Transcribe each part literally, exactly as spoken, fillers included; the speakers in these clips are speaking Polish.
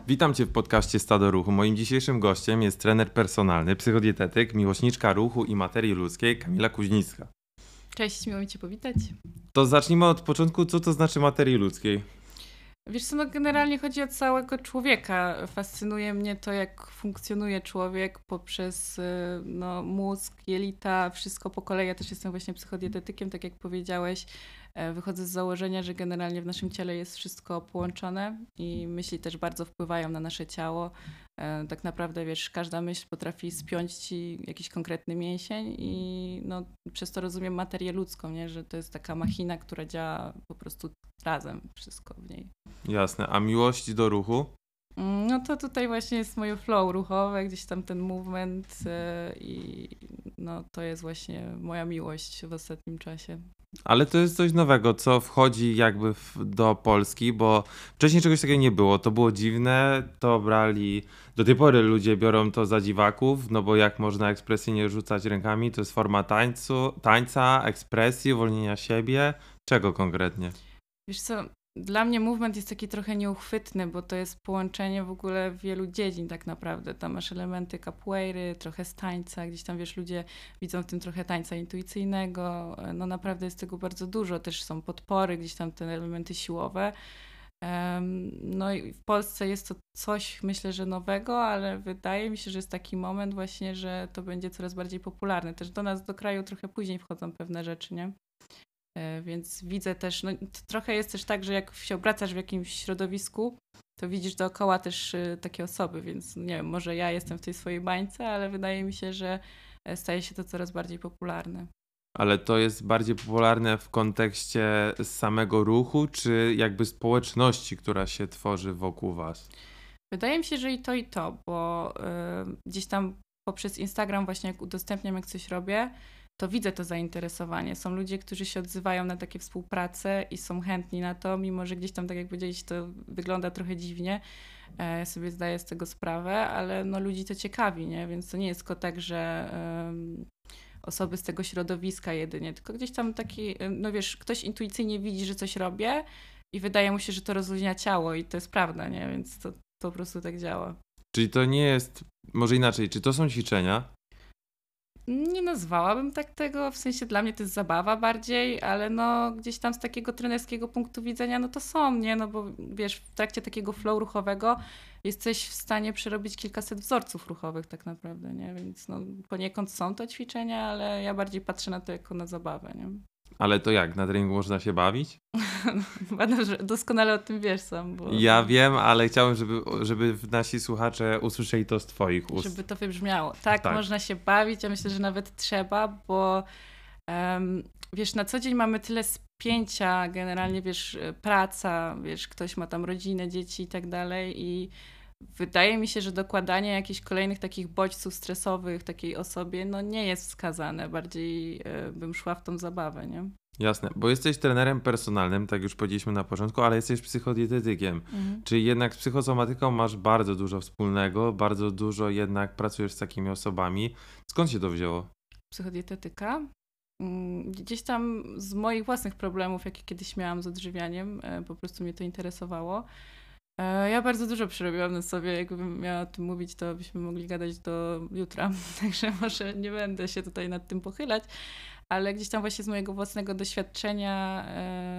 Witam Cię w podcaście Stado Ruchu. Moim dzisiejszym gościem jest trener personalny, psychodietetyk, miłośniczka ruchu i materii ludzkiej Kamila Kuźnicka. Cześć, miło mi Cię powitać. To zacznijmy od początku, co to znaczy materii ludzkiej? Wiesz co, no generalnie chodzi o całego człowieka. Fascynuje mnie to, jak funkcjonuje człowiek poprzez no, mózg, jelita, wszystko po kolei. Ja też jestem właśnie psychodietetykiem, tak jak powiedziałeś. Wychodzę z założenia, że generalnie w naszym ciele jest wszystko połączone i myśli też bardzo wpływają na nasze ciało. Tak naprawdę, wiesz, każda myśl potrafi spiąć ci jakiś konkretny mięsień i no, przez to rozumiem materię ludzką, nie? Że to jest taka machina, która działa po prostu razem, wszystko w niej. Jasne, a miłość do ruchu? No to tutaj właśnie jest moje flow ruchowe, gdzieś tam ten movement i no to jest właśnie moja miłość w ostatnim czasie. Ale to jest coś nowego, co wchodzi jakby w, do Polski, bo wcześniej czegoś takiego nie było. To było dziwne, to brali, do tej pory ludzie biorą to za dziwaków, no bo jak można ekspresyjnie rzucać rękami, to jest forma tańcu, tańca, ekspresji, uwolnienia siebie. Czego konkretnie? Wiesz co, dla mnie movement jest taki trochę nieuchwytny, bo to jest połączenie w ogóle wielu dziedzin tak naprawdę. Tam masz elementy capoeiry, trochę z tańca, gdzieś tam wiesz, ludzie widzą w tym trochę tańca intuicyjnego. No naprawdę jest tego bardzo dużo, też są podpory, gdzieś tam te elementy siłowe. No i w Polsce jest to coś, myślę, że nowego, ale wydaje mi się, że jest taki moment właśnie, że to będzie coraz bardziej popularne. Też do nas, do kraju trochę później wchodzą pewne rzeczy, nie? Więc widzę też, no trochę jest też tak, że jak się obracasz w jakimś środowisku, to widzisz dookoła też takie osoby, więc nie wiem, może ja jestem w tej swojej bańce, ale wydaje mi się, że staje się to coraz bardziej popularne. Ale to jest bardziej popularne w kontekście samego ruchu, czy jakby społeczności, która się tworzy wokół was? Wydaje mi się, że i to, i to, bo y, gdzieś tam poprzez Instagram właśnie jak udostępniam, jak coś robię, to widzę to zainteresowanie. Są ludzie, którzy się odzywają na takie współprace i są chętni na to, mimo że gdzieś tam, tak jak powiedzieliście, to wygląda trochę dziwnie. Ja sobie zdaję z tego sprawę, ale no ludzi to ciekawi, nie? Więc to nie jest tylko tak, że um, osoby z tego środowiska jedynie, tylko gdzieś tam taki, no wiesz, ktoś intuicyjnie widzi, że coś robię i wydaje mu się, że to rozluźnia ciało i to jest prawda, nie? Więc to, to po prostu tak działa. Czyli to nie jest, może inaczej, czy to są ćwiczenia? Nie nazwałabym tak tego, w sensie dla mnie to jest zabawa bardziej, ale no gdzieś tam z takiego trenerskiego punktu widzenia, no to są, nie? No bo wiesz, w trakcie takiego flow ruchowego jesteś w stanie przerobić kilkaset wzorców ruchowych tak naprawdę, nie? Więc no poniekąd są to ćwiczenia, ale ja bardziej patrzę na to jako na zabawę, nie? Ale to jak? Na treningu można się bawić? Badam, że doskonale o tym wiesz sam. Bo... Ja wiem, ale chciałem, żeby, żeby nasi słuchacze usłyszeli to z twoich ust. Żeby to wybrzmiało. Tak, tak, można się bawić, ja myślę, że nawet trzeba, bo um, wiesz, na co dzień mamy tyle spięcia, generalnie wiesz, praca, wiesz, ktoś ma tam rodzinę, dzieci i tak dalej i wydaje mi się, że dokładanie jakichś kolejnych takich bodźców stresowych takiej osobie, no nie jest wskazane. Bardziej y, bym szła w tą zabawę, nie? Jasne, bo jesteś trenerem personalnym, tak już powiedzieliśmy na początku, ale jesteś psychodietetykiem. Mhm. Czyli jednak z psychosomatyką masz bardzo dużo wspólnego, bardzo dużo jednak pracujesz z takimi osobami. Skąd się to wzięło? Psychodietetyka? Gdzieś tam z moich własnych problemów, jakie kiedyś miałam z odżywianiem, po prostu mnie to interesowało. Ja bardzo dużo przerobiłam na sobie, jakbym miała o tym mówić, to byśmy mogli gadać do jutra, także może nie będę się tutaj nad tym pochylać, ale gdzieś tam właśnie z mojego własnego doświadczenia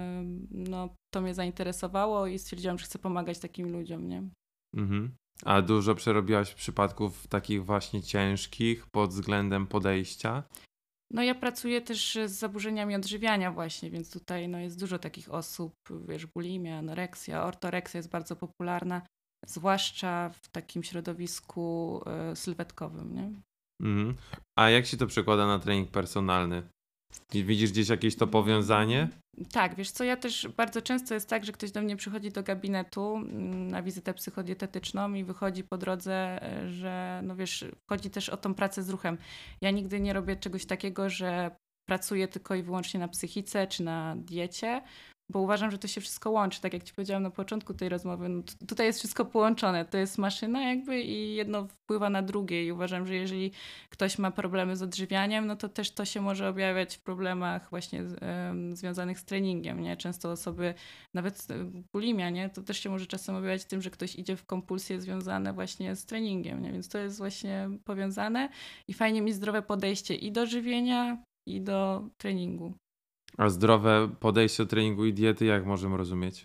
no, to mnie zainteresowało i stwierdziłam, że chcę pomagać takim ludziom, nie? Mhm. A dużo przerobiłaś przypadków takich właśnie ciężkich pod względem podejścia? No ja pracuję też z zaburzeniami odżywiania właśnie, więc tutaj no, jest dużo takich osób, wiesz, bulimia, anoreksja, ortoreksja jest bardzo popularna, zwłaszcza w takim środowisku y, sylwetkowym, nie? Mhm. A jak się to przekłada na trening personalny? Widzisz gdzieś jakieś to powiązanie? Tak, wiesz co, ja też bardzo często jest tak, że ktoś do mnie przychodzi do gabinetu na wizytę psychodietetyczną i wychodzi po drodze, że no wiesz, chodzi też o tą pracę z ruchem. Ja nigdy nie robię czegoś takiego, że pracuję tylko i wyłącznie na psychice czy na diecie, bo uważam, że to się wszystko łączy. Tak jak ci powiedziałam na początku tej rozmowy, no tutaj jest wszystko połączone. To jest maszyna jakby i jedno wpływa na drugie i uważam, że jeżeli ktoś ma problemy z odżywianiem, no to też to się może objawiać w problemach właśnie um, związanych z treningiem, nie? Często osoby, nawet bulimia, nie? To też się może czasem objawiać tym, że ktoś idzie w kompulsje związane właśnie z treningiem, nie? Więc to jest właśnie powiązane i fajnie mieć zdrowe podejście i do żywienia, i do treningu. A zdrowe podejście do treningu i diety jak możemy rozumieć?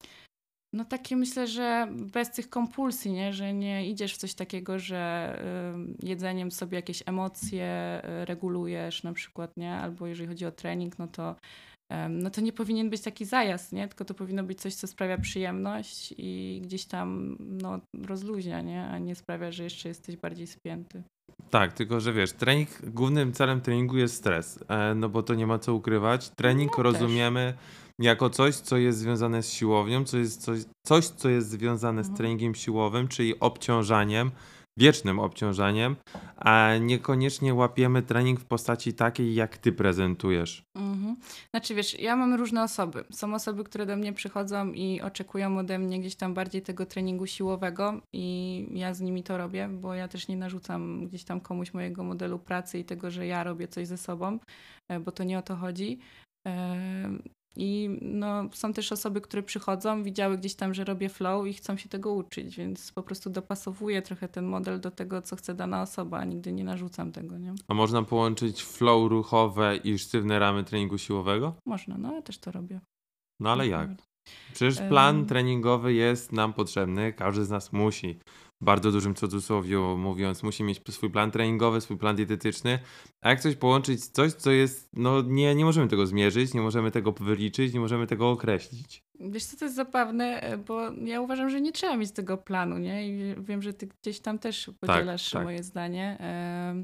No takie myślę, że bez tych kompulsji, nie? Że nie idziesz w coś takiego, że y, jedzeniem sobie jakieś emocje y, regulujesz na przykład, nie? Albo jeżeli chodzi o trening, no to, y, no to nie powinien być taki zajazd, nie? Tylko to powinno być coś, co sprawia przyjemność i gdzieś tam no, rozluźnia, nie? A nie sprawia, że jeszcze jesteś bardziej spięty. Tak, tylko że wiesz, trening, głównym celem treningu jest stres, e, no bo to nie ma co ukrywać. Trening No rozumiemy jako coś, co jest związane z siłownią, co jest coś, coś co jest związane z Mhm. treningiem siłowym, czyli obciążaniem, wiecznym obciążaniem, a niekoniecznie łapiemy trening w postaci takiej, jak ty prezentujesz. Mhm. Znaczy wiesz, ja mam różne osoby. Są osoby, które do mnie przychodzą i oczekują ode mnie gdzieś tam bardziej tego treningu siłowego i ja z nimi to robię, bo ja też nie narzucam gdzieś tam komuś mojego modelu pracy i tego, że ja robię coś ze sobą, e, bo to nie o to chodzi. E, I no, są też osoby, które przychodzą, widziały gdzieś tam, że robię flow i chcą się tego uczyć, więc po prostu dopasowuję trochę ten model do tego, co chce dana osoba, a nigdy nie narzucam tego, nie? A można połączyć flow ruchowe i sztywne ramy treningu siłowego? Można, no ja też to robię. No ale Jak jak? najbardziej. Przecież plan Em. treningowy jest nam potrzebny, każdy z nas musi, w bardzo dużym cudzysłowiu mówiąc, musi mieć swój plan treningowy, swój plan dietetyczny, a jak coś połączyć, coś co jest, no nie, nie możemy tego zmierzyć, nie możemy tego wyliczyć, nie możemy tego określić. Wiesz co, to jest zabawne, e, bo ja uważam, że nie trzeba mieć tego planu, nie? I wie- wiem, że ty gdzieś tam też podzielasz tak. moje zdanie. Em,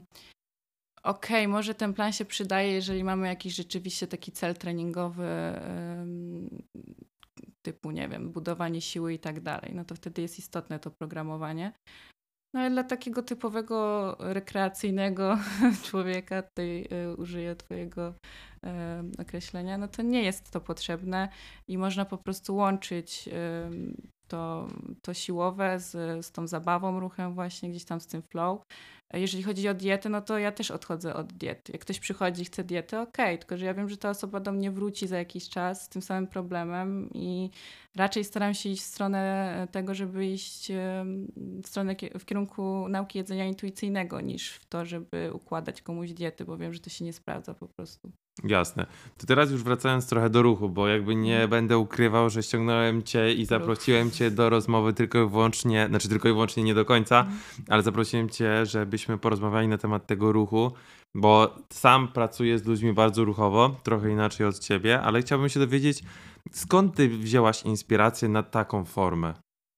Okej, może ten plan się przydaje, jeżeli mamy jakiś rzeczywiście taki cel treningowy, em, typu, nie wiem, budowanie siły i tak dalej. No to wtedy jest istotne to programowanie. No ale dla takiego typowego rekreacyjnego człowieka, tutaj y, użyję twojego y, określenia, no to nie jest to potrzebne i można po prostu łączyć y, to, to siłowe z, z tą zabawą, ruchem właśnie, gdzieś tam z tym flow. A jeżeli chodzi o dietę, no to ja też odchodzę od diety. Jak ktoś przychodzi i chce dietę, okej, tylko że ja wiem, że ta osoba do mnie wróci za jakiś czas z tym samym problemem i raczej staram się iść w stronę tego, żeby iść em, w stronę kie- w kierunku nauki jedzenia intuicyjnego, niż w to, żeby układać komuś diety, bo wiem, że to się nie sprawdza po prostu. Jasne. To teraz już wracając trochę do ruchu, bo jakby nie Mhm. będę ukrywał, że ściągnąłem cię i zaprosiłem cię do rozmowy tylko i wyłącznie, znaczy tylko i wyłącznie nie do końca, Mhm. ale zaprosiłem cię, żebyśmy porozmawiali na temat tego ruchu, bo sam pracuję z ludźmi bardzo ruchowo, trochę inaczej od ciebie, ale chciałbym się dowiedzieć, skąd ty wzięłaś inspirację na taką formę?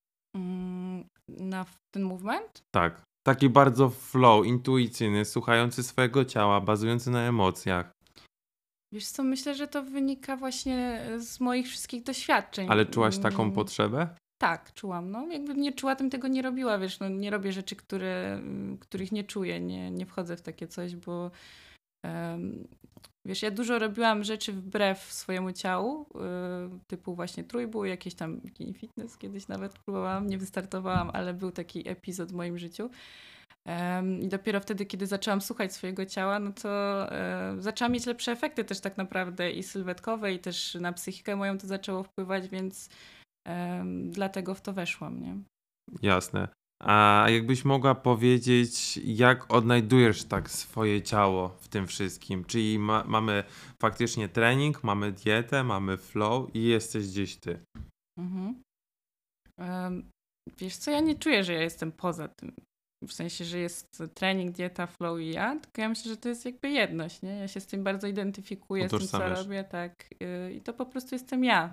Mm, Na w- ten movement? Tak. Taki bardzo flow, intuicyjny, słuchający swojego ciała, bazujący na emocjach. Wiesz co, myślę, że to wynika właśnie z moich wszystkich doświadczeń. Ale czułaś taką Mm, potrzebę? Tak, czułam. No, jakbym nie czuła, tym tego nie robiła, wiesz, no, nie robię rzeczy, które, mm, których nie czuję, nie, nie wchodzę w takie coś, bo em, wiesz, ja dużo robiłam rzeczy wbrew swojemu ciału, y, typu właśnie trójbój, jakieś tam bikini fitness, kiedyś nawet próbowałam, nie wystartowałam, ale był taki epizod w moim życiu. Em, I dopiero wtedy, kiedy zaczęłam słuchać swojego ciała, no to e, zaczęłam mieć lepsze efekty też tak naprawdę i sylwetkowe, i też na psychikę moją to zaczęło wpływać, więc em, dlatego w to weszłam, nie? Jasne. A jakbyś mogła powiedzieć, jak odnajdujesz tak swoje ciało w tym wszystkim? Czyli ma, mamy faktycznie trening, mamy dietę, mamy flow i jesteś gdzieś ty. Mhm. Em, Wiesz co, ja nie czuję, że ja jestem poza tym. W sensie, że jest trening, dieta, flow i ja, tylko ja myślę, że to jest jakby jedność, nie? Ja się z tym bardzo identyfikuję, z tym, co Utożsamiasz. robię, tak. y, I to po prostu jestem ja.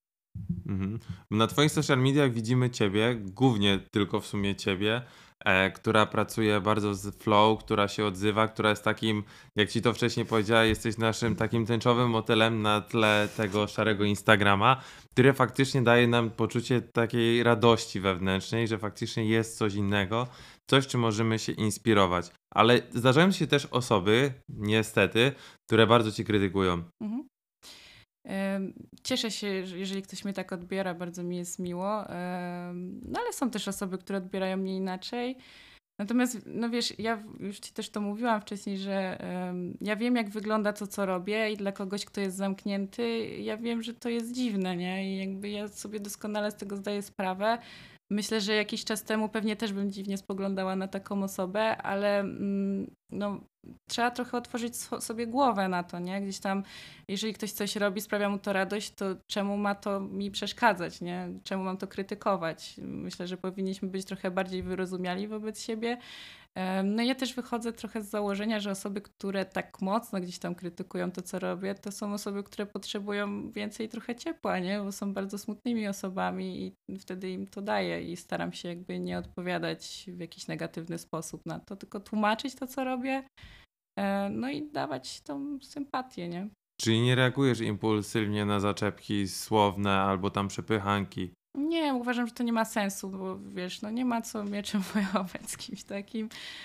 Mhm. Na twoich social mediach widzimy ciebie, głównie tylko w sumie ciebie, e, która pracuje bardzo z flow, która się odzywa, która jest takim, jak ci to wcześniej powiedziała, jesteś naszym takim tęczowym motylem na tle tego szarego Instagrama, który faktycznie daje nam poczucie takiej radości wewnętrznej, że faktycznie jest coś innego, coś, czym możemy się inspirować. Ale zdarzają się też osoby, niestety, które bardzo ci krytykują. Mhm. Em, Cieszę się, że jeżeli ktoś mnie tak odbiera, bardzo mi jest miło. Em, No ale są też osoby, które odbierają mnie inaczej. Natomiast, no wiesz, ja w- już ci też to mówiłam wcześniej, że em, ja wiem, jak wygląda to, co robię i dla kogoś, kto jest zamknięty, ja wiem, że to jest dziwne, nie? I jakby ja sobie doskonale z tego zdaję sprawę. Myślę, że jakiś czas temu pewnie też bym dziwnie spoglądała na taką osobę, ale mm, no, trzeba trochę otworzyć swo- sobie głowę na to, nie? Gdzieś tam, jeżeli ktoś coś robi, sprawia mu to radość, to czemu ma to mi przeszkadzać, nie? Czemu mam to krytykować? Myślę, że powinniśmy być trochę bardziej wyrozumiali wobec siebie. Em, No i ja też wychodzę trochę z założenia, że osoby, które tak mocno gdzieś tam krytykują to, co robię, to są osoby, które potrzebują więcej trochę ciepła, nie? Bo są bardzo smutnymi osobami i wtedy im to daję i staram się jakby nie odpowiadać w jakiś negatywny sposób na to, tylko tłumaczyć to, co robię, e, no i dawać tą sympatię, nie? Czyli nie reagujesz impulsywnie na zaczepki słowne albo tam przepychanki. Nie, uważam, że to nie ma sensu, bo wiesz, no nie ma co mieczem wojować z kimś takim.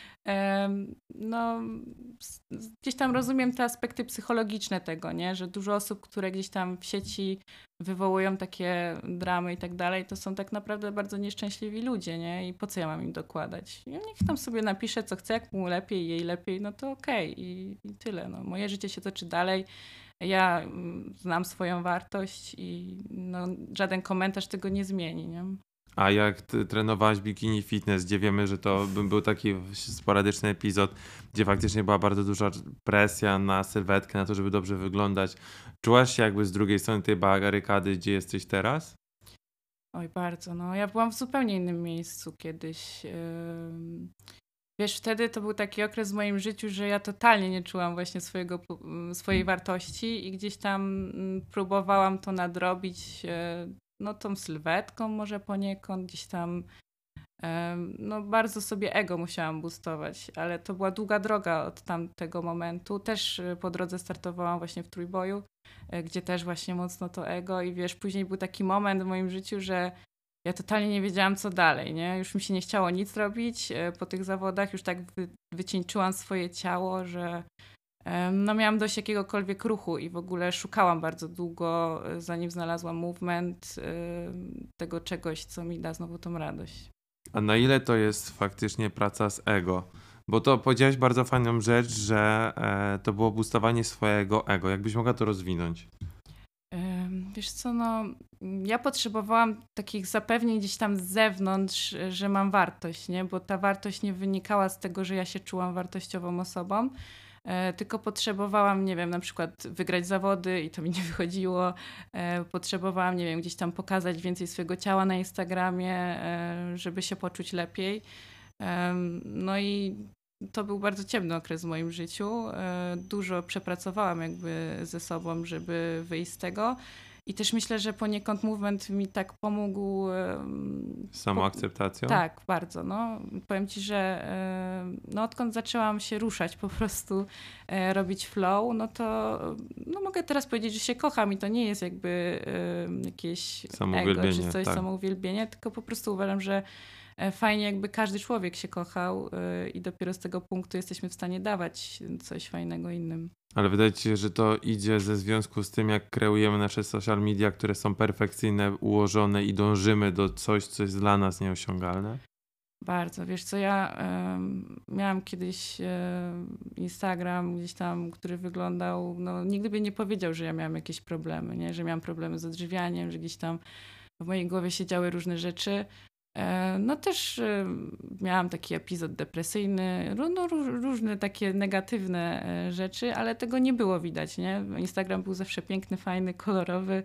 Em, No, s- s- gdzieś tam rozumiem te aspekty psychologiczne tego, nie? Że dużo osób, które gdzieś tam w sieci wywołują takie dramy i tak dalej, to są tak naprawdę bardzo nieszczęśliwi ludzie, nie? I po co ja mam im dokładać? Ja niech tam sobie napisze, co chce, jak mu lepiej, jej lepiej, no to okej i, i tyle. No. Moje życie się toczy dalej. Ja mm, znam swoją wartość i no, żaden komentarz tego nie zmieni, nie? A jak ty trenowałaś bikini fitness, gdzie wiemy, że to by- był taki sporadyczny epizod, gdzie faktycznie była bardzo duża presja na sylwetkę, na to, żeby dobrze wyglądać. Czułaś się jakby z drugiej strony tej barykady, gdzie jesteś teraz? Oj, bardzo. No, ja byłam w zupełnie innym miejscu kiedyś. Ym, Wiesz, wtedy to był taki okres w moim życiu, że ja totalnie nie czułam właśnie swojego, pu- mm, swojej wartości i gdzieś tam mm, próbowałam to nadrobić, e, no tą sylwetką może poniekąd, gdzieś tam em, no bardzo sobie ego musiałam boostować, ale to była długa droga od tamtego momentu. Też e, po drodze startowałam właśnie w trójboju, e, gdzie też właśnie mocno to ego i wiesz, później był taki moment w moim życiu, że ja totalnie nie wiedziałam, co dalej, nie? Już mi się nie chciało nic robić e, po tych zawodach, już tak wy, wycieńczyłam swoje ciało, że em, no miałam dość jakiegokolwiek ruchu i w ogóle szukałam bardzo długo, e, zanim znalazłam movement e, tego czegoś, co mi da znowu tą radość. A na ile to jest faktycznie praca z ego? Bo to powiedziałeś bardzo fajną rzecz, że e, to było boostowanie swojego ego. Jakbyś mogła to rozwinąć? Em, Wiesz co, no, mm, ja potrzebowałam takich zapewnień gdzieś tam z zewnątrz, że mam wartość, nie? Bo ta wartość nie wynikała z tego, że ja się czułam wartościową osobą, e, tylko potrzebowałam, nie wiem, na przykład wygrać zawody i to mi nie wychodziło. E, potrzebowałam, nie wiem, gdzieś tam pokazać więcej swojego ciała na Instagramie, e, żeby się poczuć lepiej. Em, No i to był bardzo ciemny okres w moim życiu. E, Dużo przepracowałam jakby ze sobą, żeby wyjść z tego. I też myślę, że poniekąd movement mi tak pomógł. em, Z po- samoakceptacją? Tak, bardzo. No. Powiem ci, że e, no, odkąd zaczęłam się ruszać, po prostu e, robić flow, no to no, mogę teraz powiedzieć, że się kocham i to nie jest jakby e, jakieś ego Samouwielbienie, czy coś, tak. samouwielbienie, tylko po prostu uważam, że e, fajnie jakby każdy człowiek się kochał e, i dopiero z tego punktu jesteśmy w stanie dawać coś fajnego innym. Ale wydaje ci się, że to idzie ze związku z tym, jak kreujemy nasze social media, które są perfekcyjne, ułożone i dążymy do coś, co jest dla nas nieosiągalne? Bardzo. Wiesz co, ja em, miałam kiedyś em, Instagram gdzieś tam, który wyglądał, no nigdy by nie powiedział, że ja miałam jakieś problemy, nie? Że miałam problemy z odżywianiem, że gdzieś tam w mojej głowie się działy różne rzeczy. E, No też em, miałam taki epizod depresyjny, ró- no, ró- różne takie negatywne e, rzeczy, ale tego nie było widać, nie? Instagram był zawsze piękny, fajny, kolorowy.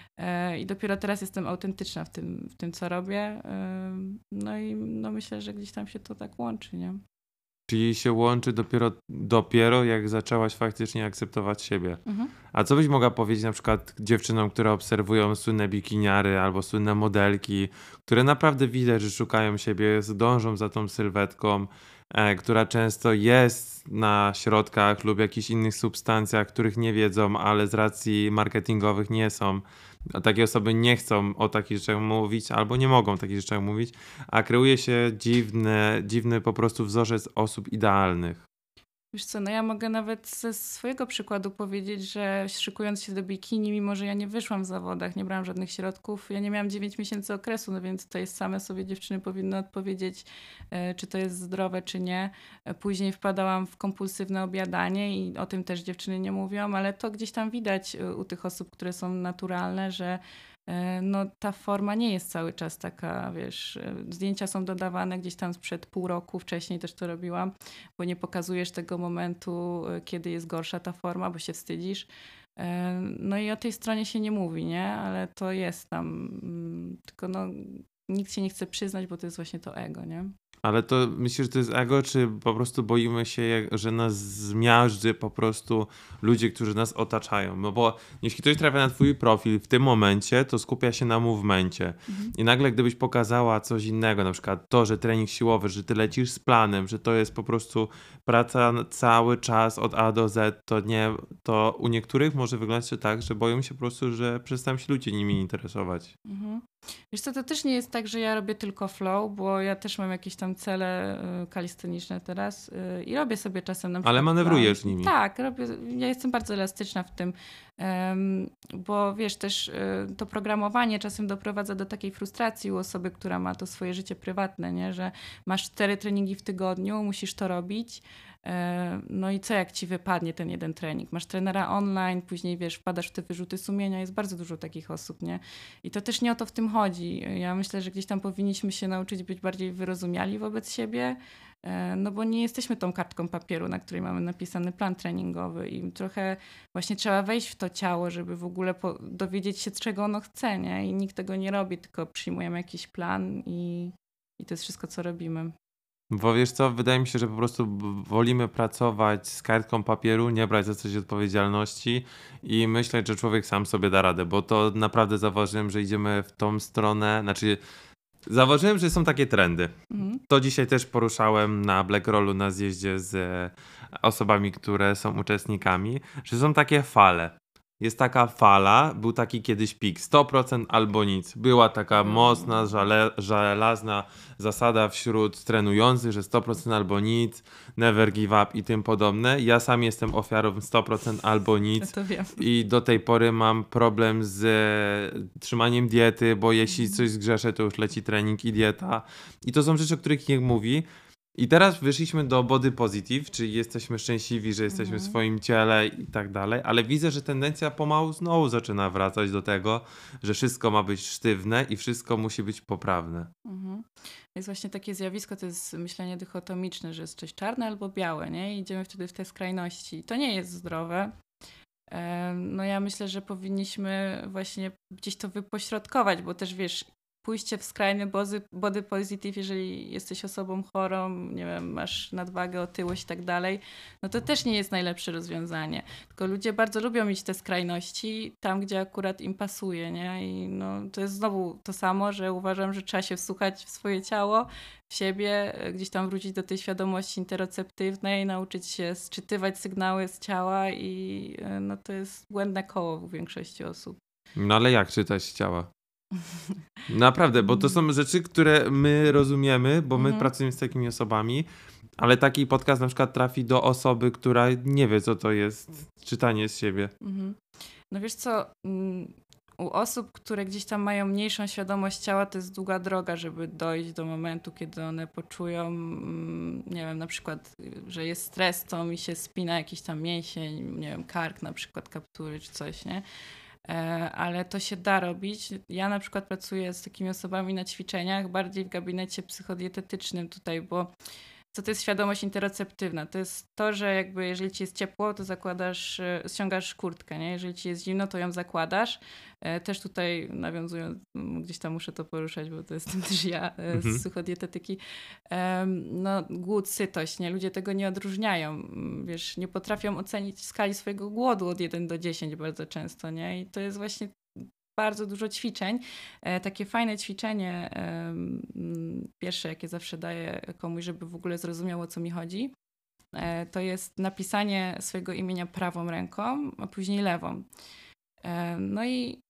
E, I dopiero teraz jestem autentyczna w tym, w tym co robię. E, No i no myślę, że gdzieś tam się to tak łączy, nie? Czyli się łączy dopiero, dopiero jak zaczęłaś faktycznie akceptować siebie. Mhm. A co byś mogła powiedzieć na przykład dziewczynom, które obserwują słynne bikiniary albo słynne modelki, które naprawdę widać, że szukają siebie, dążą za tą sylwetką, e, która często jest na środkach lub jakichś innych substancjach, których nie wiedzą, ale z racji marketingowych nie są. A takie osoby nie chcą o takich rzeczach mówić albo nie mogą o takich rzeczach mówić, a kreuje się dziwny, dziwny po prostu wzorzec osób idealnych. Wiesz co, no ja mogę nawet ze swojego przykładu powiedzieć, że szykując się do bikini, mimo że ja nie wyszłam w zawodach, nie brałam żadnych środków, ja nie miałam dziewięć miesięcy okresu, no więc tutaj same sobie dziewczyny powinny odpowiedzieć, e, czy to jest zdrowe, czy nie. E, Później wpadałam w kompulsywne objadanie i o tym też dziewczyny nie mówią, ale to gdzieś tam widać e, u tych osób, które są naturalne, że e, no ta forma nie jest cały czas taka, wiesz, e, zdjęcia są dodawane gdzieś tam sprzed pół roku, wcześniej też to robiłam, bo nie pokazujesz tego momentu, e, kiedy jest gorsza ta forma, bo się wstydzisz. E, No i o tej stronie się nie mówi, nie? Ale to jest tam. mm, Tylko no, nikt się nie chce przyznać, bo to jest właśnie to ego, nie? Ale to myślisz, że to jest ego, czy po prostu boimy się, jak- że nas zmiażdży po prostu ludzie, którzy nas otaczają? No bo jeśli ktoś trafia na twój profil w tym momencie, to skupia się na movemencie. Mhm. I nagle gdybyś pokazała coś innego, na przykład to, że trening siłowy, że ty lecisz z planem, że to jest po prostu praca na- cały czas od A do Z, to nie, to u niektórych może wyglądać tak, że boją się po prostu, że przestaną się ludzie nimi interesować. Mhm. Wiesz co, to też nie jest tak, że ja robię tylko flow, bo ja też mam jakieś tam cele y, kalisteniczne teraz y, i robię sobie czasem na przykład Ale manewrujesz plan. nimi. Tak, robię, ja jestem bardzo elastyczna w tym, em, bo wiesz też y, to programowanie czasem doprowadza do takiej frustracji u osoby, która ma to swoje życie prywatne, nie? Że masz cztery treningi w tygodniu, musisz to robić. E, No i co jak ci wypadnie ten jeden trening? Masz trenera online, później wiesz, wpadasz w te wyrzuty sumienia, jest bardzo dużo takich osób, nie? I to też nie o to w tym chodzi. Ja myślę, że gdzieś tam powinniśmy się nauczyć być bardziej wyrozumiali wobec siebie, e, no bo nie jesteśmy tą kartką papieru, na której mamy napisany plan treningowy i trochę właśnie trzeba wejść w to ciało, żeby w ogóle po- dowiedzieć się, czego ono chce, nie? I nikt tego nie robi, tylko przyjmujemy jakiś plan i, i to jest wszystko, co robimy. Bo wiesz co, wydaje mi się, że po prostu b- wolimy pracować z kartką papieru, nie brać za coś odpowiedzialności i myśleć, że człowiek sam sobie da radę, bo to naprawdę zauważyłem, że idziemy w tą stronę, znaczy zauważyłem, że są takie trendy. Mhm. To dzisiaj też poruszałem na Black Rollu na zjeździe z e, osobami, które są uczestnikami, że są takie fale. Jest taka fala, był taki kiedyś pik, sto procent albo nic. Była taka Mm. mocna, żale, żelazna zasada wśród trenujących, że sto procent albo nic, never give up i tym podobne. Ja sam jestem ofiarą sto procent albo Ja nic. to wiem. I do tej pory mam problem z e, trzymaniem diety, bo jeśli coś zgrzeszę, to już leci trening i dieta. I to są rzeczy, o których nikt mówi. I teraz wyszliśmy do body positive, czyli jesteśmy szczęśliwi, że jesteśmy w Mhm. swoim ciele i tak dalej, ale widzę, że tendencja pomału znowu zaczyna wracać do tego, że wszystko ma być sztywne i wszystko musi być poprawne. Mhm. Jest właśnie takie zjawisko, to jest myślenie dychotomiczne, że jest coś czarne albo białe, nie? I idziemy wtedy w te skrajności. To nie jest zdrowe. Em, No ja myślę, że powinniśmy właśnie gdzieś to wypośrodkować, bo też wiesz, pójście w skrajny bozy, body positive, jeżeli jesteś osobą chorą, nie wiem, masz nadwagę, otyłość i tak dalej, no to też nie jest najlepsze rozwiązanie. Tylko ludzie bardzo lubią mieć te skrajności tam, gdzie akurat im pasuje, nie? I no, to jest znowu to samo, że uważam, że trzeba się wsłuchać w swoje ciało, w siebie, e, gdzieś tam wrócić do tej świadomości interoceptywnej, nauczyć się sczytywać sygnały z ciała i e, no to jest błędne koło u większości osób. No ale jak czytać ciała? Naprawdę, bo to są rzeczy, które my rozumiemy, bo my Mhm. pracujemy z takimi osobami, ale taki podcast na przykład trafi do osoby, która nie wie, co to jest czytanie z siebie. Mhm. No wiesz co, mm, u osób, które gdzieś tam mają mniejszą świadomość ciała, to jest długa droga, żeby dojść do momentu, kiedy one poczują, mm, nie wiem, na przykład, y, że jest stres, to mi się spina jakiś tam mięsień, nie wiem, kark na przykład, kaptury czy coś, nie? E, Ale to się da robić. Ja na przykład pracuję z takimi osobami na ćwiczeniach, bardziej w gabinecie psychodietetycznym tutaj, bo co to jest świadomość interoceptywna? To jest to, że jakby jeżeli ci jest ciepło, to zakładasz, e, ściągasz kurtkę, nie? Jeżeli ci jest zimno, to ją zakładasz. E, Też tutaj nawiązując, m, gdzieś tam muszę to poruszać, bo to jestem też ja e, Mhm. z psychodietetyki. Em, No głód, sytość, nie? Ludzie tego nie odróżniają. Mm, Wiesz, nie potrafią ocenić skali swojego głodu od jeden do dziesięciu bardzo często, nie? I to jest właśnie bardzo dużo ćwiczeń. E, Takie fajne ćwiczenie, em, mm, pierwsze jakie zawsze daję komuś, żeby w ogóle zrozumiał, o co mi chodzi, e, to jest napisanie swojego imienia prawą ręką, a później lewą. E, No i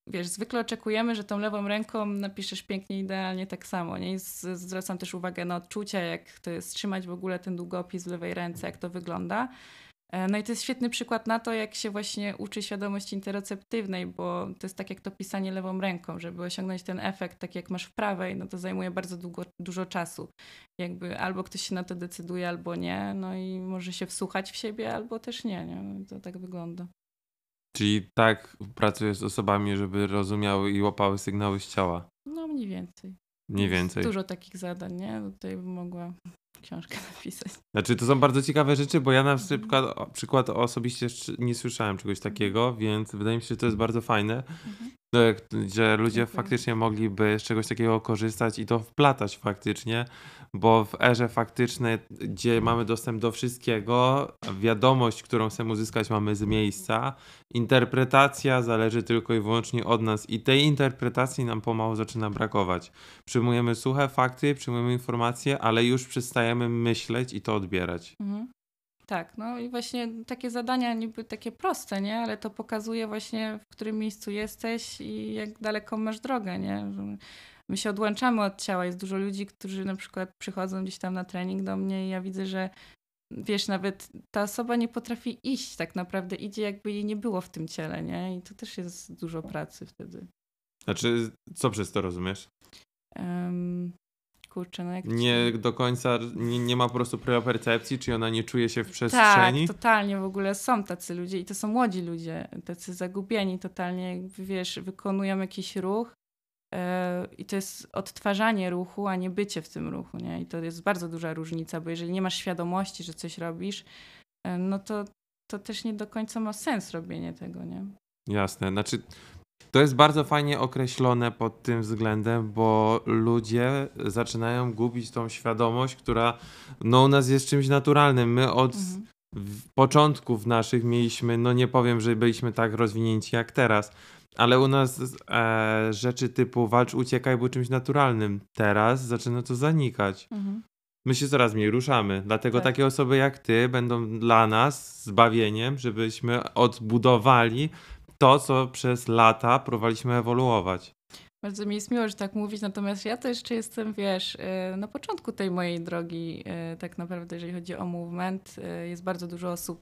wiesz, zwykle oczekujemy, że tą lewą ręką napiszesz pięknie, idealnie tak samo, nie? I z, zwracam też uwagę na odczucia, jak to jest trzymać w ogóle ten długopis w lewej ręce, jak to wygląda. No i to jest świetny przykład na to, jak się właśnie uczy świadomości interoceptywnej, bo to jest tak jak to pisanie lewą ręką, żeby osiągnąć ten efekt, tak jak masz w prawej, no to zajmuje bardzo długo, dużo czasu. Jakby albo ktoś się na to decyduje, albo nie, no i może się wsłuchać w siebie, albo też nie, nie? To tak wygląda. Czyli tak pracujesz z osobami, żeby rozumiały i łapały sygnały z ciała. No mniej więcej. Mniej Jest więcej. dużo takich zadań, nie? Tutaj bym mogła książkę napisać. Znaczy to są bardzo ciekawe rzeczy, bo ja na przykład, przykład osobiście nie słyszałem czegoś takiego, więc wydaje mi się, że to jest bardzo fajne, Mhm. że ludzie Dziękuję. faktycznie mogliby z czegoś takiego korzystać i to wplatać faktycznie, bo w erze faktycznej, gdzie mamy dostęp do wszystkiego, wiadomość, którą chcemy uzyskać, mamy z miejsca, interpretacja zależy tylko i wyłącznie od nas i tej interpretacji nam pomału zaczyna brakować. Przyjmujemy suche fakty, przyjmujemy informacje, ale już przestajemy myśleć i to odbierać. Mhm. Tak, no i właśnie takie zadania niby takie proste, nie? Ale to pokazuje właśnie, w którym miejscu jesteś i jak daleko masz drogę, nie? Że my się odłączamy od ciała. Jest dużo ludzi, którzy na przykład przychodzą gdzieś tam na trening do mnie i ja widzę, że wiesz, nawet ta osoba nie potrafi iść tak naprawdę, idzie jakby jej nie było w tym ciele, nie? I to też jest dużo pracy wtedy. Znaczy, co przez to rozumiesz? Um, kurczę, no jak... Nie do końca, nie, nie ma po prostu percepcji, czy ona nie czuje się w przestrzeni? Tak, totalnie w ogóle są tacy ludzie i to są młodzi ludzie, tacy zagubieni totalnie, jakby wiesz, wykonują jakiś ruch yy, i to jest odtwarzanie ruchu, a nie bycie w tym ruchu, nie? I to jest bardzo duża różnica, bo jeżeli nie masz świadomości, że coś robisz, yy, no to, to też nie do końca ma sens robienie tego, nie? Jasne, znaczy to jest bardzo fajnie określone pod tym względem, bo ludzie zaczynają gubić tą świadomość, która no u nas jest czymś naturalnym. My od Mhm. w początków naszych mieliśmy, no nie powiem, że byliśmy tak rozwinięci jak teraz, ale u nas e, rzeczy typu walcz, uciekaj były czymś naturalnym. Teraz zaczyna to zanikać. Mhm. My się coraz mniej ruszamy, dlatego Tak. takie osoby jak ty będą dla nas zbawieniem, żebyśmy odbudowali to, co przez lata próbowaliśmy ewoluować. Bardzo mi jest miło, że tak mówić, natomiast ja to jeszcze jestem, wiesz, na początku tej mojej drogi, tak naprawdę, jeżeli chodzi o movement. Jest bardzo dużo osób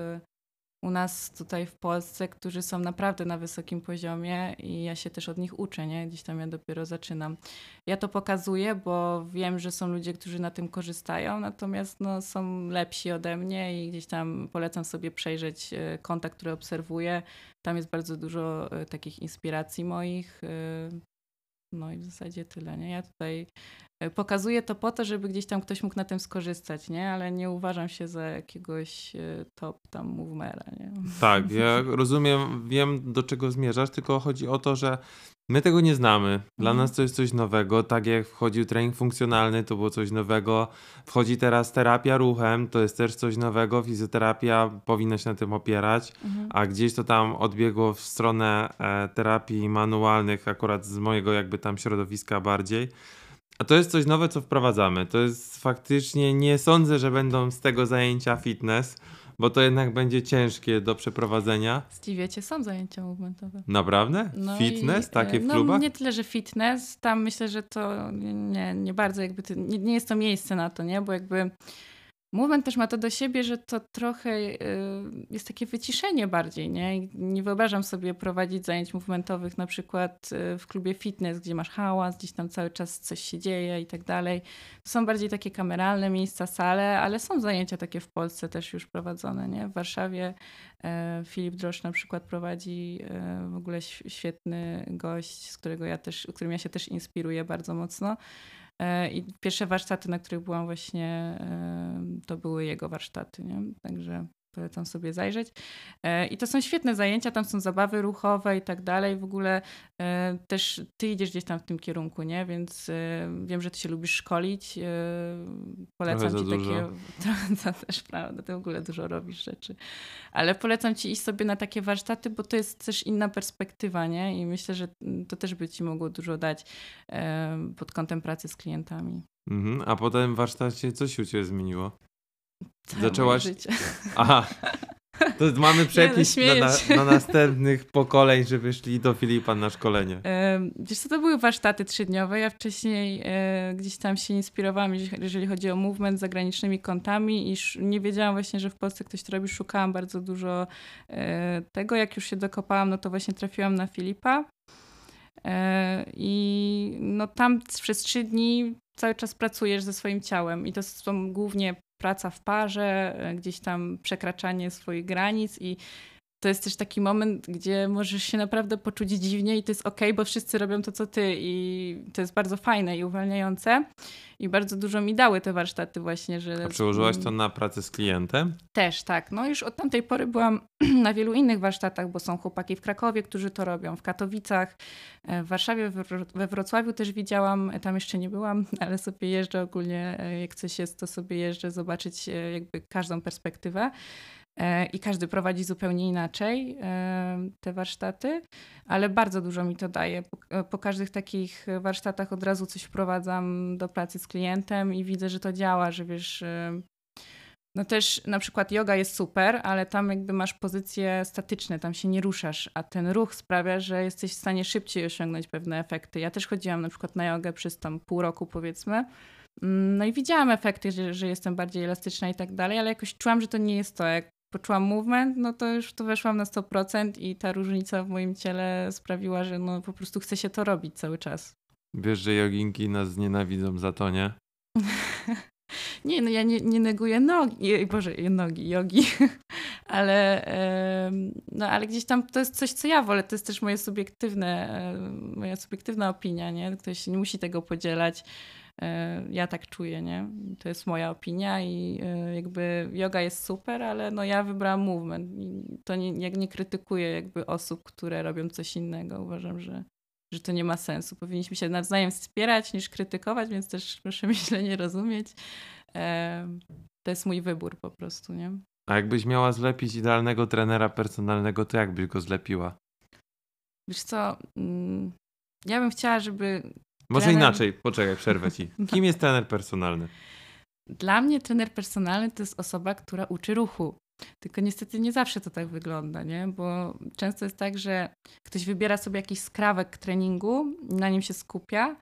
u nas tutaj w Polsce, którzy są naprawdę na wysokim poziomie i ja się też od nich uczę, nie? Gdzieś tam ja dopiero zaczynam. Ja to pokazuję, bo wiem, że są ludzie, którzy na tym korzystają, natomiast no, są lepsi ode mnie i gdzieś tam polecam sobie przejrzeć konta, które obserwuję. Tam jest bardzo dużo takich inspiracji moich. No i w zasadzie tyle, nie? Ja tutaj pokazuję to po to, żeby gdzieś tam ktoś mógł na tym skorzystać, nie? Ale nie uważam się za jakiegoś top tam movemera, nie? Tak, ja rozumiem, wiem do czego zmierzasz, tylko chodzi o to, że my tego nie znamy. Dla Mhm. nas to jest coś nowego, tak jak wchodził trening funkcjonalny, to było coś nowego. Wchodzi teraz terapia ruchem, to jest też coś nowego. Fizjoterapia powinna się na tym opierać, Mhm. a gdzieś to tam odbiegło w stronę e, terapii manualnych, akurat z mojego jakby tam środowiska bardziej. A to jest coś nowe, co wprowadzamy. To jest faktycznie, nie sądzę, że będą z tego zajęcia fitness, bo to jednak będzie ciężkie do przeprowadzenia. Zdziwię cię, są zajęcia movementowe. Naprawdę? No Fitness? i, Takie w no, klubach? nie tyle, że fitness, tam myślę, że to nie, nie bardzo jakby, to, nie, nie jest to miejsce na to, nie? Bo jakby movement też ma to do siebie, że to trochę y, jest takie wyciszenie bardziej, nie? I nie wyobrażam sobie prowadzić zajęć movementowych na przykład y, w klubie fitness, gdzie masz hałas, gdzieś tam cały czas coś się dzieje i tak dalej. To są bardziej takie kameralne miejsca, sale, ale są zajęcia takie w Polsce też już prowadzone, nie? W Warszawie y, Filip Drosz na przykład prowadzi y, w ogóle świetny gość, z którego ja też, którym ja się też inspiruję bardzo mocno. I pierwsze warsztaty, na których byłam właśnie, to były jego warsztaty, nie? Także polecam sobie zajrzeć. I to są świetne zajęcia, tam są zabawy ruchowe i tak dalej. W ogóle też ty idziesz gdzieś tam w tym kierunku, nie? Więc wiem, że ty się lubisz szkolić. Polecam Trochę ci za takie... To też prawda, ty w ogóle dużo robisz rzeczy. Ale polecam ci iść sobie na takie warsztaty, bo to jest też inna perspektywa, nie? I myślę, że to też by ci mogło dużo dać pod kątem pracy z klientami. Mhm. A potem w warsztacie co się u ciebie zmieniło? Całe Zaczęłaś... moje życie. Aha, to To mamy przepis Nie, no, na, śmieję na, na następnych pokoleń, żeby szli do Filipa na szkolenie. E, Wiesz co, to były warsztaty trzydniowe. Ja wcześniej e, gdzieś tam się inspirowałam, jeżeli jeżeli chodzi o movement z zagranicznymi kątami i sz- nie wiedziałam właśnie, że w Polsce ktoś to robi. Szukałam bardzo dużo e, tego. Jak już się dokopałam, no to właśnie trafiłam na Filipa. E, I no tam przez trzy dni cały czas pracujesz ze swoim ciałem i to są głównie praca w parze, e, gdzieś tam przekraczanie swoich granic i to jest też taki moment, gdzie możesz się naprawdę poczuć dziwnie i to jest okej, bo wszyscy robią to, co ty i to jest bardzo fajne i uwalniające i bardzo dużo mi dały te warsztaty właśnie, że... A przełożyłaś to na pracę z klientem? Też, tak. No już od tamtej pory byłam na wielu innych warsztatach, bo są chłopaki w Krakowie, którzy to robią, w Katowicach, e, w Warszawie, we Wro- we Wrocławiu też widziałam, e, tam jeszcze nie byłam, ale sobie jeżdżę ogólnie, e, jak coś jest, to sobie jeżdżę zobaczyć e, jakby każdą perspektywę. E, I każdy prowadzi zupełnie inaczej e, te warsztaty, ale bardzo dużo mi to daje. Po, po każdych takich warsztatach od razu coś wprowadzam do pracy z klientem i widzę, że to działa, że wiesz, e, no też na przykład yoga jest super, ale tam jakby masz pozycje statyczne, tam się nie ruszasz, a ten ruch sprawia, że jesteś w stanie szybciej osiągnąć pewne efekty. Ja też chodziłam na przykład na jogę przez tam pół roku powiedzmy, no i widziałam efekty, że, że jestem bardziej elastyczna i tak dalej, ale jakoś czułam, że to nie jest to. Jak poczułam movement, no to już w to weszłam na sto procent i ta różnica w moim ciele sprawiła, że no po prostu chce się to robić cały czas. Wiesz, że joginki nas nienawidzą za to, nie? Nie, no ja nie, nie neguję nogi, Boże, nogi, jogi, ale, no, ale gdzieś tam to jest coś, co ja wolę, to jest też moje subiektywne, moja subiektywna opinia, nie? Ktoś nie musi tego podzielać. Ja tak czuję, nie? To jest moja opinia i jakby yoga jest super, ale no ja wybrałam movement i to nie, jak nie krytykuję jakby osób, które robią coś innego. Uważam, że, że to nie ma sensu. Powinniśmy się nawzajem wspierać niż krytykować, więc też proszę mnie źle nie rozumieć. To jest mój wybór po prostu, nie? A jakbyś miała zlepić idealnego trenera personalnego, to jak byś go zlepiła? Wiesz co, ja bym chciała, żeby Może trener... inaczej, poczekaj, przerwę ci. Kim jest trener personalny? Dla mnie trener personalny to jest osoba, która uczy ruchu. Tylko niestety nie zawsze to tak wygląda, nie? Bo często jest tak, że ktoś wybiera sobie jakiś skrawek treningu, na nim się skupia.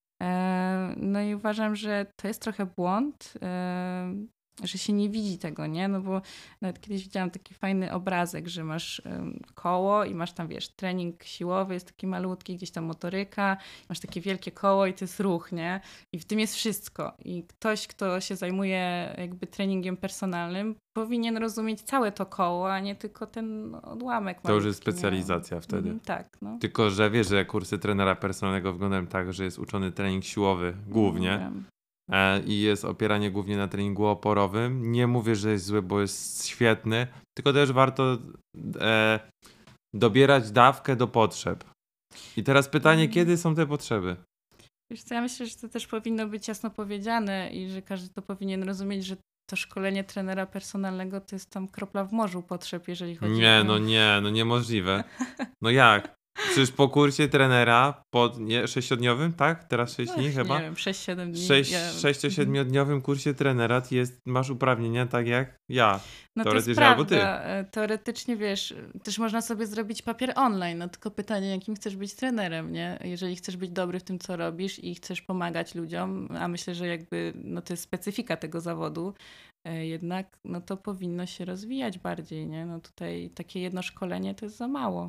No i uważam, że to jest trochę błąd, że się nie widzi tego, nie? No bo nawet kiedyś widziałam taki fajny obrazek, że masz koło i masz tam, wiesz, trening siłowy, jest taki malutki, gdzieś tam motoryka, masz takie wielkie koło i to jest ruch, nie? I w tym jest wszystko. I ktoś, kto się zajmuje jakby treningiem personalnym, powinien rozumieć całe to koło, a nie tylko ten odłamek malutki. To już jest specjalizacja nie? wtedy. Mm, tak, no. Tylko, że wiesz, że kursy trenera personalnego wyglądają tak, że jest uczony trening siłowy głównie. Mm, I jest opieranie głównie na treningu oporowym. Nie mówię, że jest zły, bo jest świetny, tylko też warto e, dobierać dawkę do potrzeb. I teraz pytanie, Mhm. kiedy są te potrzeby? Wiesz co, ja myślę, że to też powinno być jasno powiedziane i że każdy to powinien rozumieć, że to szkolenie trenera personalnego to jest tam kropla w morzu potrzeb, jeżeli chodzi Nie, o... no nie, no niemożliwe. No jak? Przecież po kursie trenera, po nie, sześciodniowym, tak? Teraz sześć dni Ach, chyba? Nie wiem, sześć siedem dni. Sześć, ja... sześcio-siedmiodniowym kursie trenera ty jest, masz uprawnienia tak jak ja. No to jest Teoretycznie albo ty. prawda. Teoretycznie, wiesz, też można sobie zrobić papier online, no tylko pytanie, jakim chcesz być trenerem, nie? Jeżeli chcesz być dobry w tym, co robisz i chcesz pomagać ludziom, a myślę, że jakby, no to jest specyfika tego zawodu, jednak, no to powinno się rozwijać bardziej, nie? No tutaj takie jedno szkolenie to jest za mało.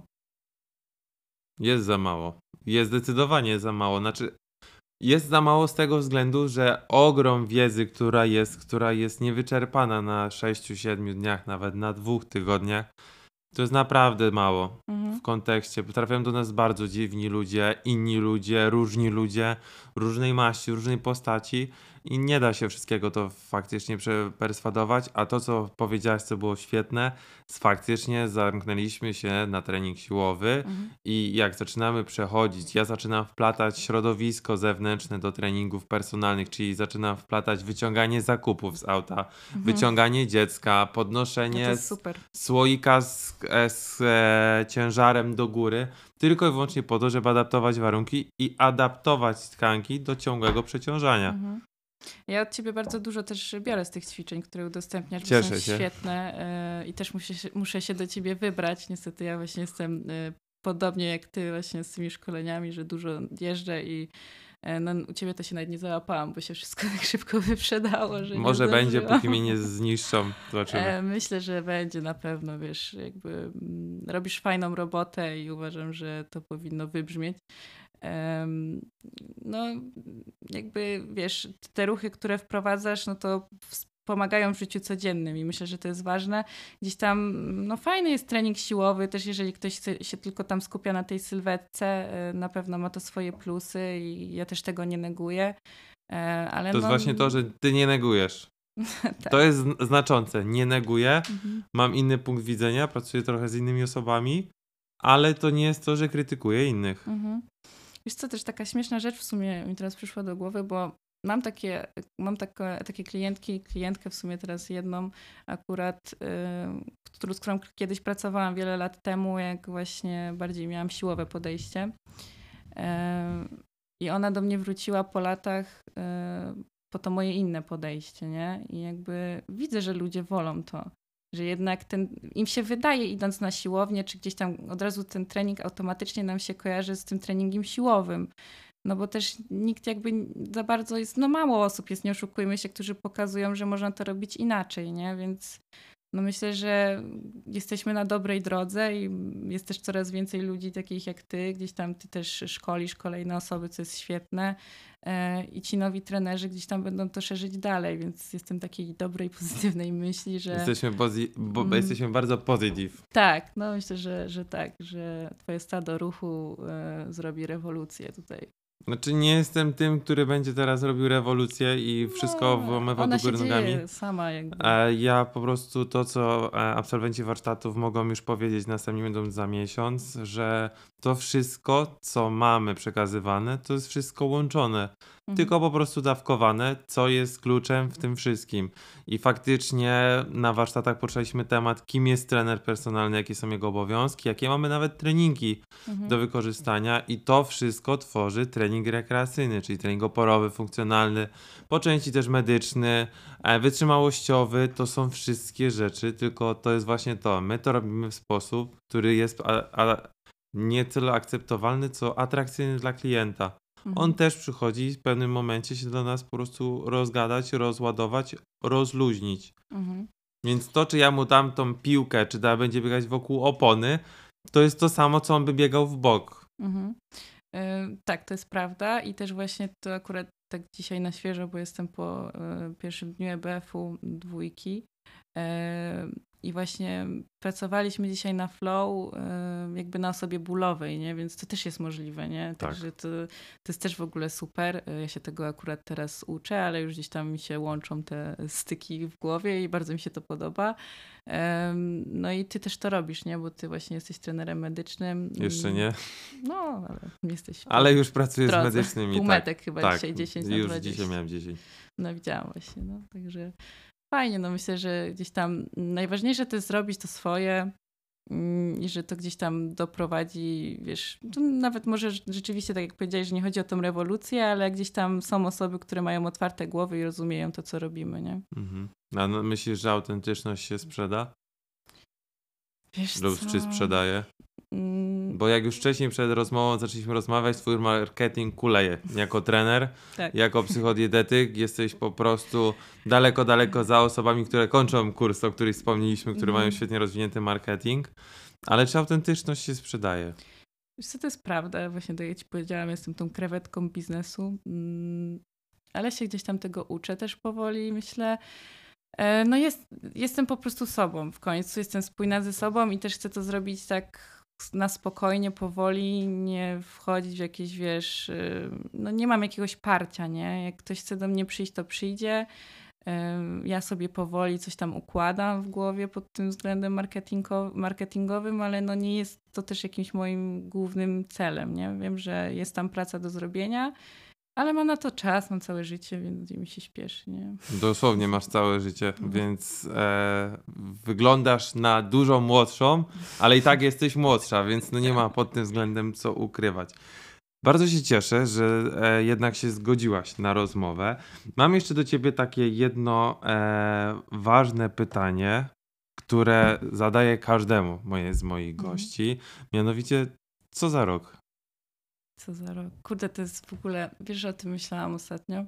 Jest za mało. Jest zdecydowanie za mało. Znaczy, jest za mało z tego względu, że ogrom wiedzy, która jest, która jest niewyczerpana na sześciu siedmiu dniach, nawet na dwóch tygodniach, to jest naprawdę mało Mhm. w kontekście. Trafiają do nas bardzo dziwni ludzie, inni ludzie, różni ludzie, różnej maści, różnej postaci i nie da się wszystkiego to faktycznie przeperswadować, a to, co powiedziałaś, co było świetne, faktycznie zamknęliśmy się na trening siłowy Mhm. i jak zaczynamy przechodzić, ja zaczynam wplatać środowisko zewnętrzne do treningów personalnych, czyli zaczynam wplatać wyciąganie zakupów z auta, Mhm. wyciąganie dziecka, No to podnoszenie jest super. słoika z, e, z e, ciężarem do góry, tylko i wyłącznie po to, żeby adaptować warunki i adaptować tkanki do ciągłego przeciążania. Mhm. Ja od ciebie bardzo dużo też biorę z tych ćwiczeń, które udostępniasz, bo Cieszę są się. świetne y, i też muszę się, muszę się do ciebie wybrać. Niestety ja właśnie jestem y, podobnie jak ty właśnie z tymi szkoleniami, że dużo jeżdżę i y, no, u ciebie to się nawet nie załapałam, bo się wszystko tak szybko wyprzedało, że nie Może będzie, zdążyłam. póki mnie nie zniszczą. Zobaczymy. E, Myślę, że będzie na pewno, wiesz, jakby mm, robisz fajną robotę i uważam, że to powinno wybrzmieć. Em, No, jakby wiesz, te ruchy, które wprowadzasz, no to ws- pomagają w życiu codziennym i myślę, że to jest ważne. Gdzieś tam, no fajny jest trening siłowy, też jeżeli ktoś chce- się tylko tam skupia na tej sylwetce, e, na pewno ma to swoje plusy i ja też tego nie neguję. E, Ale To jest no, właśnie to, że ty nie negujesz. tak. To jest zn- znaczące. Nie neguję. Mhm. Mam inny punkt widzenia, pracuję trochę z innymi osobami, ale to nie jest to, że krytykuję innych. Mhm. Wiesz co, też taka śmieszna rzecz w sumie mi teraz przyszła do głowy, bo mam takie, mam takie, takie klientki, klientkę w sumie teraz jedną akurat, yy, którą, z którą kiedyś pracowałam wiele lat temu, jak właśnie bardziej miałam siłowe podejście. Yy, I ona do mnie wróciła po latach yy, po to moje inne podejście, nie? I jakby widzę, że ludzie wolą to. Że jednak ten, im się wydaje, idąc na siłownię, czy gdzieś tam od razu ten trening automatycznie nam się kojarzy z tym treningiem siłowym. No bo też nikt jakby za bardzo jest, no mało osób jest, nie oszukujmy się, którzy pokazują, że można to robić inaczej, nie? Więc no myślę, że jesteśmy na dobrej drodze i jest też coraz więcej ludzi takich jak ty, gdzieś tam ty też szkolisz kolejne osoby, co jest świetne i ci nowi trenerzy gdzieś tam będą to szerzyć dalej, więc jestem takiej dobrej, pozytywnej myśli, że... Jesteśmy, pozi- bo, Mm. jesteśmy bardzo positive. Tak, no myślę, że, że tak, że twoje stado ruchu e, zrobi rewolucję tutaj. Znaczy nie jestem tym, który będzie teraz robił rewolucję i wszystko No, włamywał ona do góry się nogami. dzieje sama jakby. E, Ja po prostu to, co e, absolwenci warsztatów mogą już powiedzieć następnie będą za miesiąc, że to wszystko, co mamy przekazywane, to jest wszystko łączone. Mhm. Tylko po prostu dawkowane, co jest kluczem w tym wszystkim. I faktycznie na warsztatach poruszaliśmy temat, kim jest trener personalny, jakie są jego obowiązki, jakie mamy nawet treningi Mhm. do wykorzystania i to wszystko tworzy trening rekreacyjny, czyli trening oporowy, funkcjonalny, po części też medyczny, e, wytrzymałościowy, to są wszystkie rzeczy, tylko to jest właśnie to, my to robimy w sposób, który jest a, a, nie tyle akceptowalny, co atrakcyjny dla klienta. Mhm. On też przychodzi w pewnym momencie się do nas po prostu rozgadać, rozładować, rozluźnić. Mhm. Więc to, czy ja mu dam tą piłkę, czy da, będzie biegać wokół opony, to jest to samo, co on by biegał w bok. Mhm. Y, tak, to jest prawda i też właśnie to akurat tak dzisiaj na świeżo, bo jestem po y, pierwszym dniu E B F-u dwójki y, i właśnie pracowaliśmy dzisiaj na flow y, jakby na osobie bólowej, nie? Więc to też jest możliwe, nie? Tak. Także to, to jest też w ogóle super. Y, Ja się tego akurat teraz uczę, ale już gdzieś tam mi się łączą te styki w głowie i bardzo mi się to podoba. Em, No i ty też to robisz, nie? Bo ty właśnie jesteś trenerem medycznym. Jeszcze nie, No, ale jesteś w ale już pracuję z drodze. medycznymi. Półmetek tak, chyba tak, dzisiaj, dziesięć na już dwadzieścia. dzisiaj miałem dziesięć. No widziałam właśnie, no. Także fajnie, no myślę, że gdzieś tam najważniejsze to jest zrobić to swoje mm, i że to gdzieś tam doprowadzi, wiesz, to nawet może rzeczywiście, tak jak powiedziałeś, że nie chodzi o tą rewolucję, ale gdzieś tam są osoby, które mają otwarte głowy i rozumieją to, co robimy, nie? Mhm. A no, myślisz, że autentyczność się sprzeda? Wiesz Lub co? czy sprzedaje? Mm, Bo jak już wcześniej przed rozmową zaczęliśmy rozmawiać, twój marketing kuleje. Jako trener, tak. jako psychodietetyk jesteś po prostu daleko, daleko za osobami, które kończą kurs, o których wspomnieliśmy, które Mhm. mają świetnie rozwinięty marketing. Ale czy autentyczność się sprzedaje? Wiesz co, to jest prawda. Właśnie tak jak ci powiedziałam, jestem tą krewetką biznesu, mm, ale się gdzieś tam tego uczę też powoli, myślę. E, No jest, jestem po prostu sobą w końcu, jestem spójna ze sobą i też chcę to zrobić tak na spokojnie, powoli, nie wchodzić w jakieś, wiesz, y, no nie mam jakiegoś parcia, nie? Jak ktoś chce do mnie przyjść, to przyjdzie. Y, Ja sobie powoli coś tam układam w głowie pod tym względem marketingo- marketingowym, ale no nie jest to też jakimś moim głównym celem, nie? Wiem, że jest tam praca do zrobienia, ale mam na to czas, mam całe życie, więc mi się śpieszy, nie? Dosłownie masz całe życie, Mhm. więc e, wyglądasz na dużo młodszą, ale i tak jesteś młodsza, więc no nie ma pod tym względem co ukrywać. Bardzo się cieszę, że e, jednak się zgodziłaś na rozmowę. Mam jeszcze do ciebie takie jedno e, ważne pytanie, które zadaję każdemu moje, z moich Mhm. gości. Mianowicie, co za rok? Co za rok. Kurde, to jest w ogóle, wiesz, że o tym myślałam ostatnio.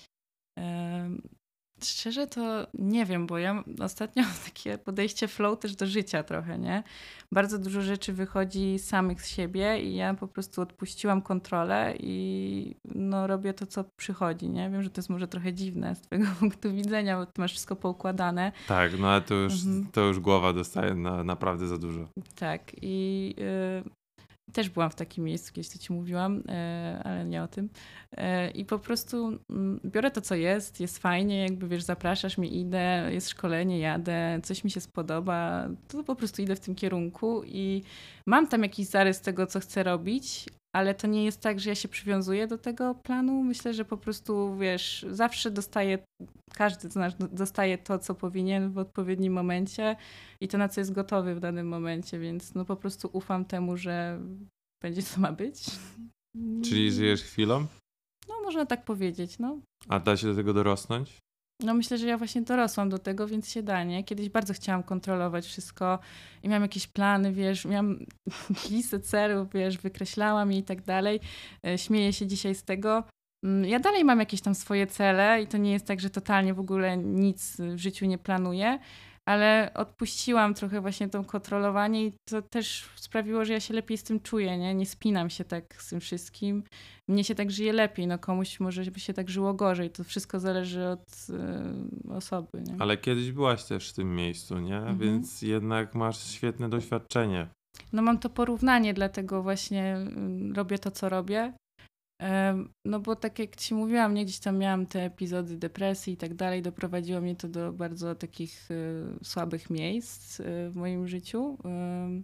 Em, Szczerze to nie wiem, bo ja ostatnio mam takie podejście flow też do życia trochę, nie? Bardzo dużo rzeczy wychodzi samych z siebie i ja po prostu odpuściłam kontrolę i no robię to, co przychodzi, nie? Wiem, że to jest może trochę dziwne z twojego punktu widzenia, bo ty masz wszystko poukładane. Tak, no ale to już, Mhm. to już głowa dostaje na, naprawdę za dużo. Tak i y, też byłam w takim miejscu, kiedyś to ci mówiłam, y, ale nie o tym. Y, I po prostu mm, biorę to, co jest, jest fajnie, jakby wiesz, zapraszasz mnie, idę, jest szkolenie, jadę, coś mi się spodoba, to po prostu idę w tym kierunku i mam tam jakiś zarys tego, co chcę robić, ale to nie jest tak, że ja się przywiązuję do tego planu. Myślę, że po prostu, wiesz, zawsze dostaję, każdy z nas dostaje to, co powinien w odpowiednim momencie i to, na co jest gotowy w danym momencie, więc no po prostu ufam temu, że będzie co ma być. Czyli żyjesz chwilą, No można tak powiedzieć, no. a da się do tego dorosnąć? No myślę, że ja właśnie dorosłam do tego, więc się da, nie? Kiedyś bardzo chciałam kontrolować wszystko i miałam jakieś plany, wiesz, miałam listę celów, wiesz, wykreślałam je i tak dalej. E, Śmieję się dzisiaj z tego. Mm, Ja dalej mam jakieś tam swoje cele i to nie jest tak, że totalnie w ogóle nic w życiu nie planuję, ale odpuściłam trochę właśnie to kontrolowanie i to też sprawiło, że ja się lepiej z tym czuję, nie? Nie spinam się tak z tym wszystkim. Mnie się tak żyje lepiej, no komuś może by się tak żyło gorzej. To wszystko zależy od y, osoby, nie? Ale kiedyś byłaś też w tym miejscu, nie? Mhm. Więc jednak masz świetne doświadczenie. No mam to porównanie, dlatego właśnie y, robię to, co robię. Em, No bo tak jak ci mówiłam, nie, gdzieś tam miałam te epizody depresji i tak dalej, doprowadziło mnie to do bardzo takich y, słabych miejsc y, w moim życiu. Ym,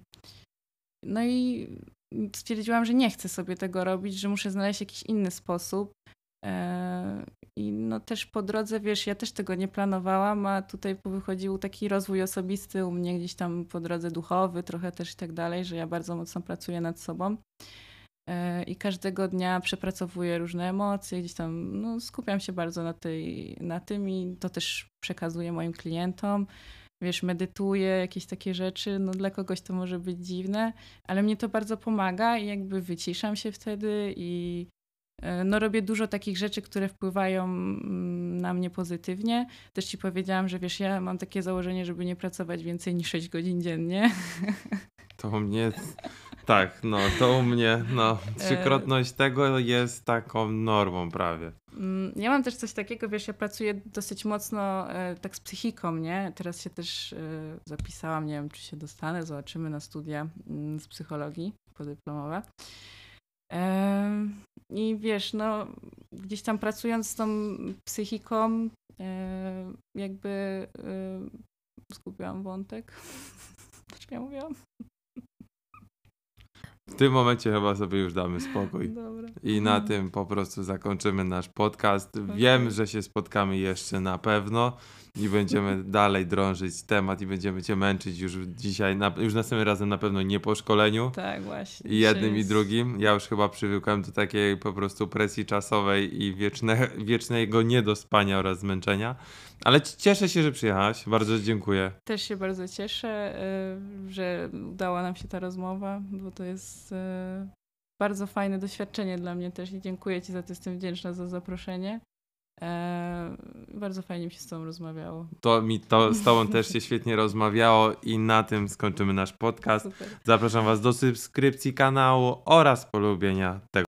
No i stwierdziłam, że nie chcę sobie tego robić, że muszę znaleźć jakiś inny sposób. E, I no też po drodze, wiesz, ja też tego nie planowałam, a tutaj wychodził taki rozwój osobisty u mnie gdzieś tam po drodze duchowy, trochę też i tak dalej, że ja bardzo mocno pracuję nad sobą. E, I każdego dnia przepracowuję różne emocje, gdzieś tam no, skupiam się bardzo na, tej, na tym i to też przekazuję moim klientom. Wiesz, medytuję, jakieś takie rzeczy, no dla kogoś to może być dziwne, ale mnie to bardzo pomaga i jakby wyciszam się wtedy i e, no robię dużo takich rzeczy, które wpływają mm, na mnie pozytywnie. Też ci powiedziałam, że wiesz, ja mam takie założenie, żeby nie pracować więcej niż sześć godzin dziennie. To u mnie, tak, no, to u mnie, no, trzykrotność tego jest taką normą prawie. Mm, Ja mam też coś takiego, wiesz, ja pracuję dosyć mocno e, tak z psychiką, nie? Teraz się też e, zapisałam, nie wiem, czy się dostanę, zobaczymy na studia mm, z psychologii podyplomowe. Em, I wiesz, no gdzieś tam pracując z tą psychiką, e, jakby e, zgubiłam wątek. O czym ja mówiłam? W tym momencie chyba sobie już damy spokój. Dobra. I na tym po prostu zakończymy nasz podcast. Wiem, Okej. że się spotkamy jeszcze na pewno i będziemy dalej drążyć temat i będziemy cię męczyć już dzisiaj, na, już następnym razem na pewno nie po szkoleniu. Tak, właśnie. I jednym Dzisiaj i jest- drugim. Ja już chyba przywykłem do takiej po prostu presji czasowej i wieczne, wiecznego niedospania oraz zmęczenia. Ale c- cieszę się, że przyjechałaś. Bardzo dziękuję. Też się bardzo cieszę, y, że udała nam się ta rozmowa, bo to jest y, bardzo fajne doświadczenie dla mnie też i dziękuję ci za to, jestem wdzięczna za zaproszenie. E, Bardzo fajnie mi się z tobą rozmawiało. To mi to z tobą też się świetnie rozmawiało i na tym skończymy nasz podcast. Super. Zapraszam was do subskrypcji kanału oraz polubienia tego